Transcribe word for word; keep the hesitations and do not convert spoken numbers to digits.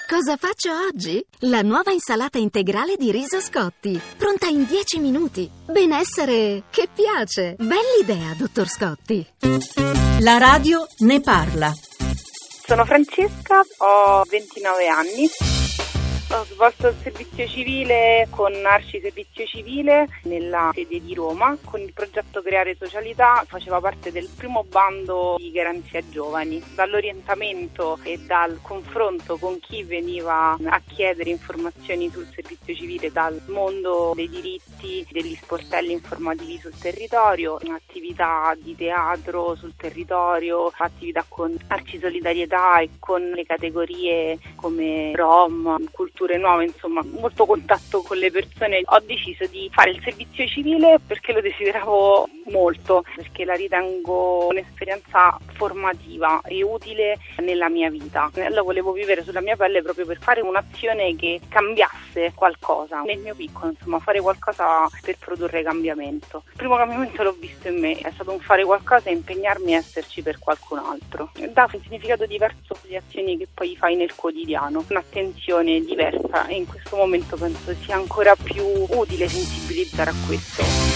Cosa faccio oggi? La nuova insalata integrale di riso Scotti, pronta in dieci minuti. Benessere che piace. Bell'idea, dottor Scotti. La radio ne parla. Sono Francesca, ho ventinove anni. Ho svolto il servizio civile con Arci Servizio Civile nella sede di Roma con il progetto Creare Socialità. Faceva parte del primo bando di Garanzia Giovani. Dall'orientamento e dal confronto con chi veniva a chiedere informazioni sul servizio civile dal mondo dei diritti, degli sportelli informativi sul territorio, attività di teatro sul territorio, attività con Arci Solidarietà e con le categorie come Rom, cultura nuove, insomma molto contatto con le persone. Ho deciso di fare il servizio civile perché lo desideravo molto, perché la ritengo un'esperienza formativa e utile nella mia vita. Lo volevo vivere sulla mia pelle proprio per fare un'azione che cambiasse qualcosa nel mio piccolo, insomma fare qualcosa per produrre cambiamento. Il primo cambiamento l'ho visto in me, è stato un fare qualcosa e impegnarmi a esserci per qualcun altro. Dà un significato diverso alle azioni che poi fai nel quotidiano, un'attenzione diversa, e in questo momento penso sia ancora più utile sensibilizzare a questo.